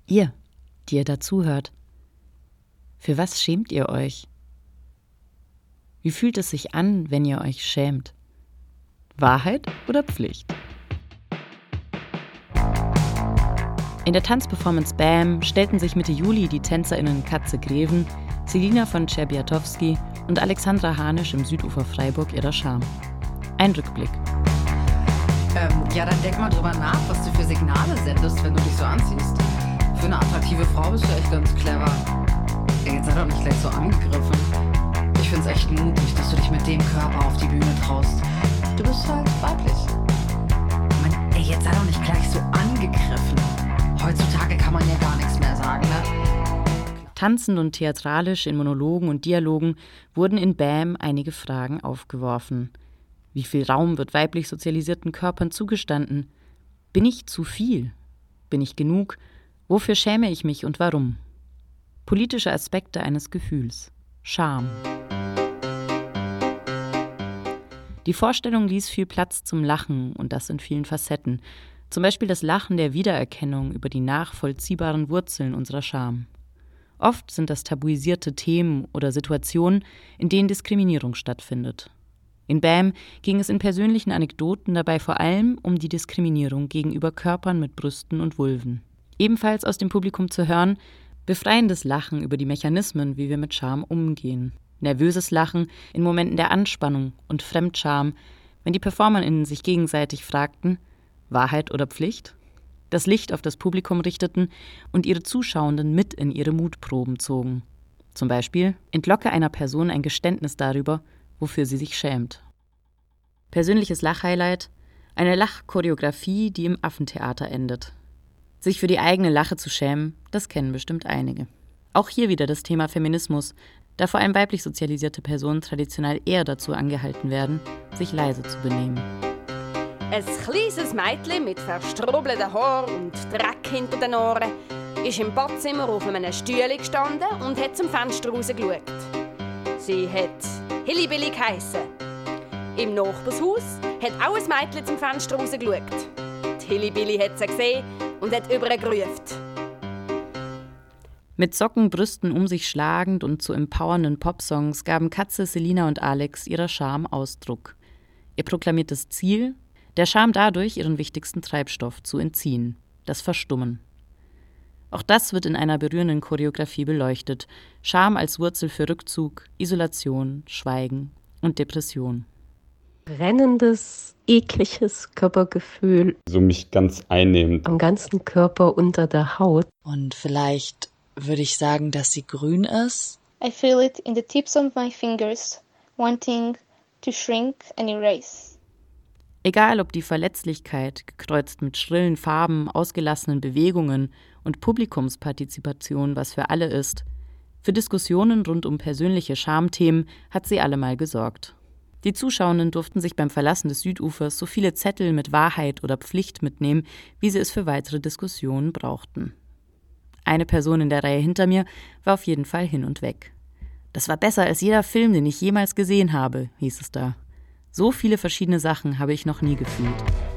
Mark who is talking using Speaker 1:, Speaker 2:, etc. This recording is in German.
Speaker 1: Ihr, die ihr dazuhört. Für was schämt ihr euch? Wie fühlt es sich an, wenn ihr euch schämt? Wahrheit oder Pflicht? In der Tanzperformance BAM stellten sich Mitte Juli die TänzerInnen Katze Greven, Selina von Czerbiatowski und Alexandra Hanisch im Südufer Freiburg ihrer Scham. Ein Rückblick.
Speaker 2: Ja, dann denk mal drüber nach, was du für Signale sendest, wenn du dich so anziehst. Für eine attraktive Frau bist du echt ganz clever. Ey, jetzt sei doch nicht gleich so angegriffen. Ich find's echt mutig, dass du dich mit dem Körper auf die Bühne traust. Du bist halt weiblich. Mann, ey, jetzt sei doch nicht gleich so angegriffen. Heutzutage kann man ja gar nichts mehr sagen, ne?
Speaker 1: Tanzend und theatralisch in Monologen und Dialogen wurden in BAM einige Fragen aufgeworfen. Wie viel Raum wird weiblich sozialisierten Körpern zugestanden? Bin ich zu viel? Bin ich genug? Wofür schäme ich mich und warum? Politische Aspekte eines Gefühls. Scham. Die Vorstellung ließ viel Platz zum Lachen und das in vielen Facetten. Zum Beispiel das Lachen der Wiedererkennung über die nachvollziehbaren Wurzeln unserer Scham. Oft sind das tabuisierte Themen oder Situationen, in denen Diskriminierung stattfindet. In BAM ging es in persönlichen Anekdoten dabei vor allem um die Diskriminierung gegenüber Körpern mit Brüsten und Vulven. Ebenfalls aus dem Publikum zu hören, befreiendes Lachen über die Mechanismen, wie wir mit Scham umgehen. Nervöses Lachen in Momenten der Anspannung und Fremdscham, wenn die PerformerInnen sich gegenseitig fragten, Wahrheit oder Pflicht? Das Licht auf das Publikum richteten und ihre Zuschauenden mit in ihre Mutproben zogen. Zum Beispiel entlocke einer Person ein Geständnis darüber, wofür sie sich schämt. Persönliches Lachhighlight: eine Lachchoreografie, die im Affentheater endet. Sich für die eigene Lache zu schämen, das kennen bestimmt einige. Auch hier wieder das Thema Feminismus, da vor allem weiblich sozialisierte Personen traditionell eher dazu angehalten werden, sich leise zu benehmen.
Speaker 3: Ein kleines Mädchen mit verstrubelten Haaren und Dreck hinter den Ohren ist im Badzimmer auf einem Stühle gestanden und hat zum Fenster rausgeschaut. Sie hat Hillybilly geheissen. Im Nachbarshaus hat auch ein Mädchen zum Fenster rausgeschaut. Die Hillybilly hat sie gesehen und hat übergerufen.
Speaker 1: Mit Sockenbrüsten um sich schlagend und zu empowernden Popsongs gaben Katze, Selina und Alex ihrer Scham Ausdruck. Ihr proklamiertes Ziel: der Scham dadurch ihren wichtigsten Treibstoff zu entziehen, das Verstummen. Auch das wird in einer berührenden Choreografie beleuchtet. Scham als Wurzel für Rückzug, Isolation, Schweigen und Depression.
Speaker 4: Brennendes, ekliges Körpergefühl.
Speaker 5: So mich ganz einnehmend.
Speaker 4: Am ganzen Körper unter der Haut.
Speaker 6: Und vielleicht würde ich sagen, dass sie grün ist.
Speaker 7: I feel it in the tips of my fingers, wanting to shrink and erase.
Speaker 1: Egal ob die Verletzlichkeit, gekreuzt mit schrillen Farben, ausgelassenen Bewegungen und Publikumspartizipation was für alle ist, für Diskussionen rund um persönliche Schamthemen hat sie allemal gesorgt. Die Zuschauenden durften sich beim Verlassen des Südufers so viele Zettel mit Wahrheit oder Pflicht mitnehmen, wie sie es für weitere Diskussionen brauchten. Eine Person in der Reihe hinter mir war auf jeden Fall hin und weg. Das war besser als jeder Film, den ich jemals gesehen habe, hieß es da. So viele verschiedene Sachen habe ich noch nie gefühlt.